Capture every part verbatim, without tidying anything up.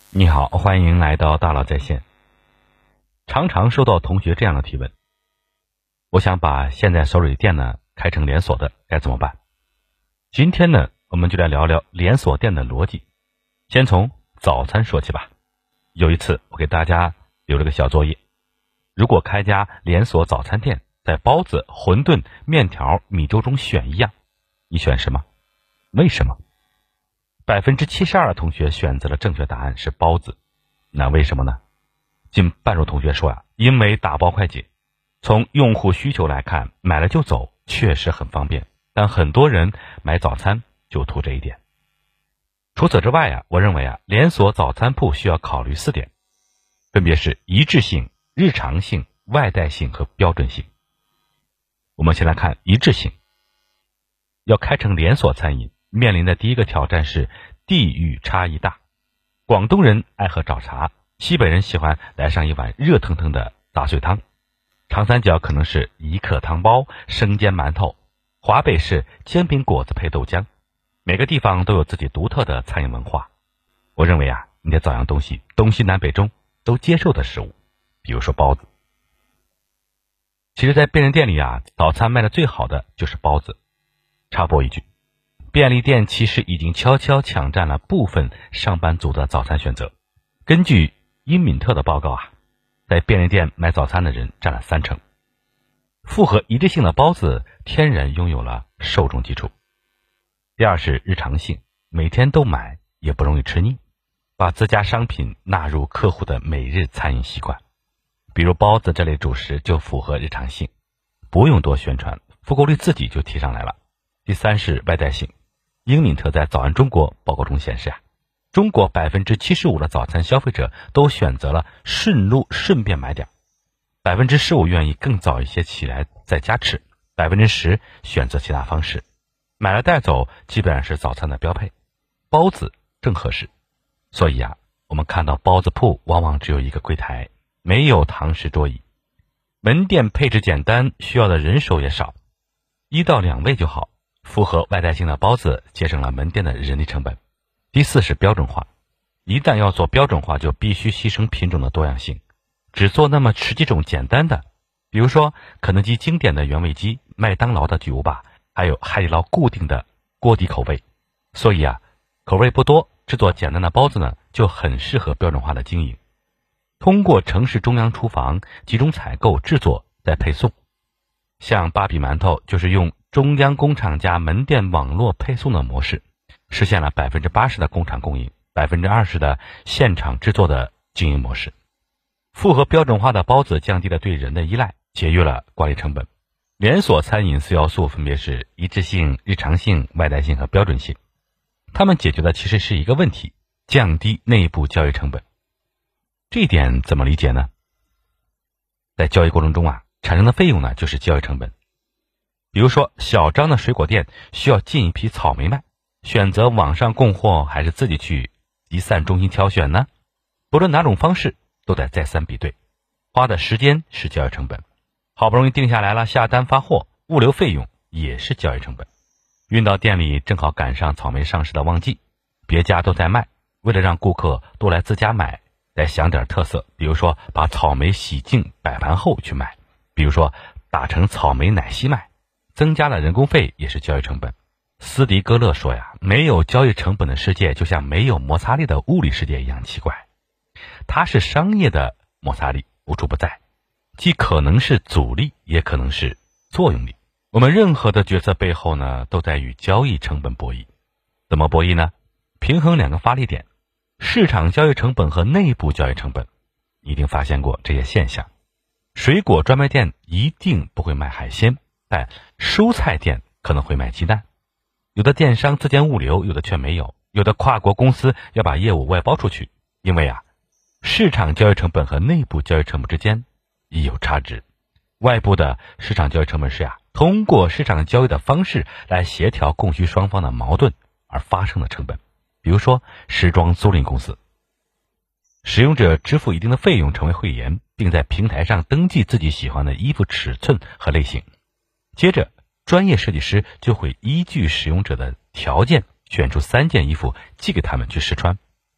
你好，欢迎来到大佬在线。常常收到同学这样的提问，我想把现在手里的店呢开成连锁的，该怎么办？今天呢，我们就来聊聊连锁店的逻辑。先从早餐说起吧。有一次我给大家留了个小作业，如果开家连锁早餐店，在包子、馄饨、面条、米粥中选一样，你选什么？为什么？百分之七十二的同学选择了正确答案是包子。那为什么呢？近半数同学说啊，因为打包快捷。从用户需求来看，买了就走确实很方便，但很多人买早餐就图这一点。除此之外啊，我认为啊，连锁早餐铺需要考虑四点，分别是一致性、日常性、外带性和标准性。我们先来看一致性。要开成连锁餐饮，面临的第一个挑战是地域差异大。广东人爱喝早茶，西北人喜欢来上一碗热腾腾的杂碎汤，长三角可能是一克汤包、生煎馒头，华北是煎饼果子配豆浆。每个地方都有自己独特的餐饮文化。我认为啊，你得找样东西，东西南北中都接受的食物，比如说包子。其实在便利店里啊，早餐卖的最好的就是包子。插播一句，便利店其实已经悄悄抢占了部分上班族的早餐选择。根据英敏特的报告啊，在便利店买早餐的人占了三成。复合一致性的包子天然拥有了受众基础。第二是日常性，每天都买也不容易吃腻，把自家商品纳入客户的每日餐饮习惯。比如包子这类主食就符合日常性，不用多宣传，复购率自己就提上来了。第三是外带性。英敏特在早安中国报告中显示啊，中国 百分之七十五 的早餐消费者都选择了顺路顺便买点， 百分之十五 愿意更早一些起来在家吃， 百分之十 选择其他方式。买了带走基本上是早餐的标配，包子正合适。所以啊，我们看到包子铺往往只有一个柜台，没有堂食桌椅。门店配置简单，需要的人手也少，一到两位就好。符合外带性的包子节省了门店的人力成本。第四是标准化。一旦要做标准化，就必须牺牲品种的多样性，只做那么十几种简单的，比如说肯德基经典的原味鸡，麦当劳的巨无霸，还有海底捞固定的锅底口味。所以啊，口味不多，制作简单的包子呢，就很适合标准化的经营。通过城市中央厨房集中采购制作再配送。像芭比馒头就是用中央工厂加门店网络配送的模式，实现了 百分之八十 的工厂供应， 百分之二十 的现场制作的经营模式。复合标准化的包子降低了对人的依赖，节约了管理成本。连锁餐饮四要素分别是一致性、日常性、外带性和标准性。它们解决的其实是一个问题，降低内部交易成本。这一点怎么理解呢？在交易过程中啊，产生的费用呢就是交易成本。比如说小张的水果店需要进一批草莓卖，选择网上供货还是自己去集散中心挑选呢？不论哪种方式都得再三比对，花的时间是交易成本。好不容易定下来了，下单发货，物流费用也是交易成本。运到店里正好赶上草莓上市的旺季，别家都在卖，为了让顾客多来自家买，得想点特色，比如说把草莓洗净摆盘后去卖，比如说打成草莓奶昔卖，增加了人工费也是交易成本。斯迪戈勒说呀，没有交易成本的世界就像没有摩擦力的物理世界一样奇怪。它是商业的摩擦力，无处不在，既可能是阻力，也可能是作用力。我们任何的决策背后呢，都在与交易成本博弈。怎么博弈呢？平衡两个发力点，市场交易成本和内部交易成本。你一定发现过这些现象。水果专卖店一定不会卖海鲜，但蔬菜店可能会卖鸡蛋。有的电商自建物流，有的却没有。有的跨国公司要把业务外包出去，因为啊，市场交易成本和内部交易成本之间已有差值。外部的市场交易成本是呀，通过市场交易的方式来协调供需双方的矛盾而发生的成本。比如说时装租赁公司，使用者支付一定的费用成为会员，并在平台上登记自己喜欢的衣服尺寸和类型。接着专业设计师就会依据使用者的条件选出三件衣服寄给他们去试穿。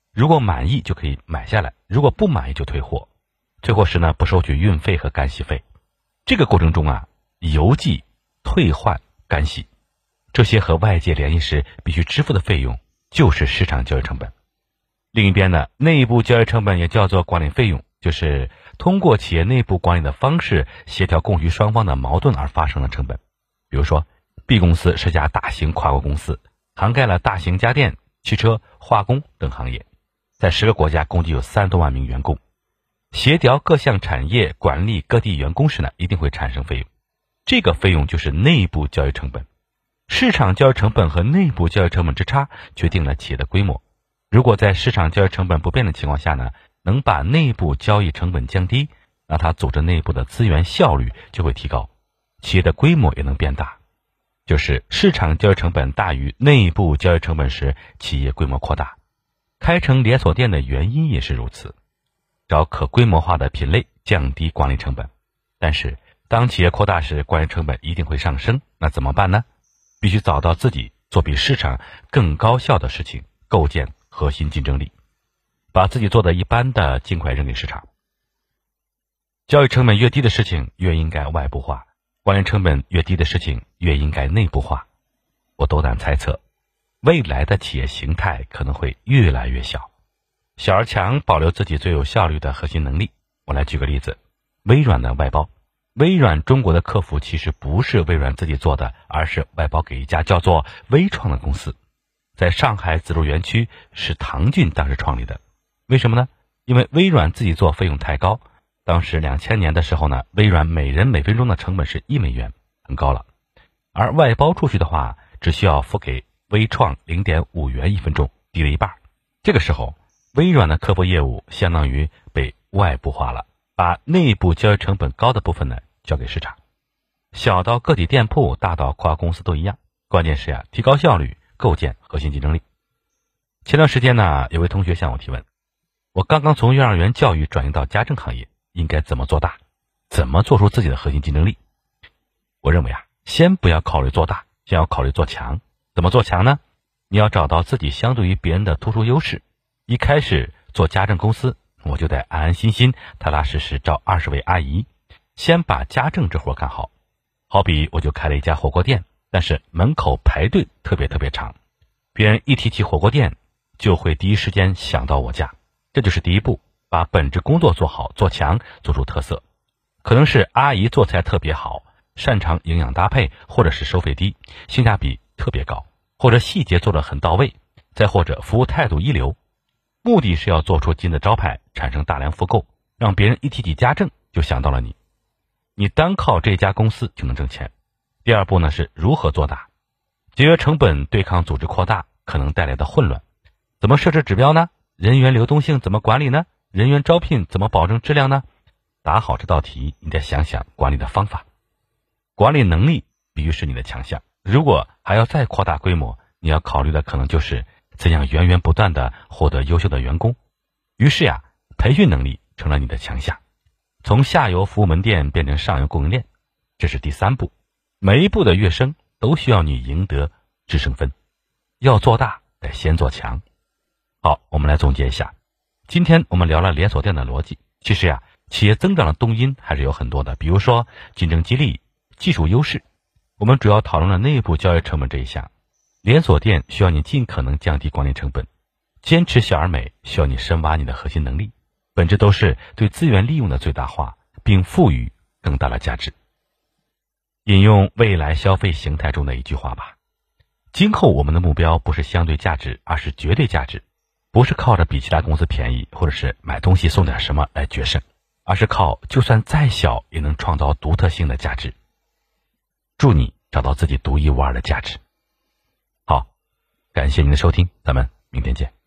如果满意就可以买下来，如果不满意就退货。退货时呢，不收取运费和干洗费。这个过程中啊，邮寄、退换、干洗，这些和外界联系时必须支付的费用就是市场交易成本。另一边呢，内部交易成本也叫做管理费用，就是通过企业内部管理的方式协调供需双方的矛盾而发生的成本。比如说 B 公司是家大型跨国公司，涵盖了大型家电、汽车、化工等行业，在十个国家共计有三十多万名员工。协调各项产业，管理各地员工时呢，一定会产生费用，这个费用就是内部交易成本。市场交易成本和内部交易成本之差决定了企业的规模。如果在市场交易成本不变的情况下呢，能把内部交易成本降低，那它组织内部的资源效率就会提高，企业的规模也能变大。就是市场交易成本大于内部交易成本时，企业规模扩大。开成连锁店的原因也是如此，找可规模化的品类，降低管理成本。但是当企业扩大时，管理成本一定会上升，那怎么办呢？必须找到自己做比市场更高效的事情，构建核心竞争力，把自己做的一般的尽快扔给市场。交易成本越低的事情越应该外部化，管理成本越低的事情越应该内部化。我斗胆猜测，未来的企业形态可能会越来越小，小而强，保留自己最有效率的核心能力。我来举个例子，微软的外包。微软中国的客服其实不是微软自己做的，而是外包给一家叫做微创的公司，在上海紫竹园区，是唐骏当时创立的。为什么呢？因为微软自己做费用太高，当时两千年的时候呢，微软每人每分钟的成本是一美元，很高了。而外包出去的话，只需要付给微创 零点五元一分钟，低了一半。这个时候，微软的客服业务相当于被外部化了，把内部交易成本高的部分呢交给市场。小到个体店铺，大到跨公司都一样，关键是呀，提高效率，构建核心竞争力。前段时间呢，有位同学向我提问，我刚刚从幼儿园教育转移到家政行业，应该怎么做大？怎么做出自己的核心竞争力？我认为啊，先不要考虑做大，先要考虑做强。怎么做强呢？你要找到自己相对于别人的突出优势。一开始做家政公司，我就得安安心心、踏踏实实招二十位阿姨，先把家政这活干好。好比我就开了一家火锅店，但是门口排队特别特别长，别人一提起火锅店，就会第一时间想到我家。这就是第一步，把本职工作做好，做强，做出特色。可能是阿姨做菜特别好，擅长营养搭配，或者是收费低，性价比特别高，或者细节做得很到位，再或者服务态度一流。目的是要做出金字招牌，产生大量复购，让别人一提起家政就想到了你。你单靠这家公司就能挣钱。第二步呢，是如何做大，节约成本，对抗组织扩大可能带来的混乱。怎么设置指标呢？人员流动性怎么管理呢？人员招聘怎么保证质量呢？答好这道题，你得想想管理的方法。管理能力必须是你的强项，如果还要再扩大规模，你要考虑的可能就是怎样源源不断的获得优秀的员工。于是呀，培训能力成了你的强项，从下游服务门店变成上游供应链，这是第三步。每一步的跃升都需要你赢得制胜分。要做大，得先做强。好，我们来总结一下，今天我们聊了连锁店的逻辑。其实呀，企业增长的动因还是有很多的，比如说竞争激励、技术优势。我们主要讨论了内部交易成本这一项。连锁店需要你尽可能降低管理成本，坚持小而美需要你深挖你的核心能力，本质都是对资源利用的最大化，并赋予更大的价值。引用未来消费形态中的一句话吧，今后我们的目标不是相对价值，而是绝对价值。不是靠着比其他公司便宜，或者是买东西送点什么来决胜，而是靠就算再小也能创造独特性的价值。祝你找到自己独一无二的价值。好，感谢您的收听，咱们明天见。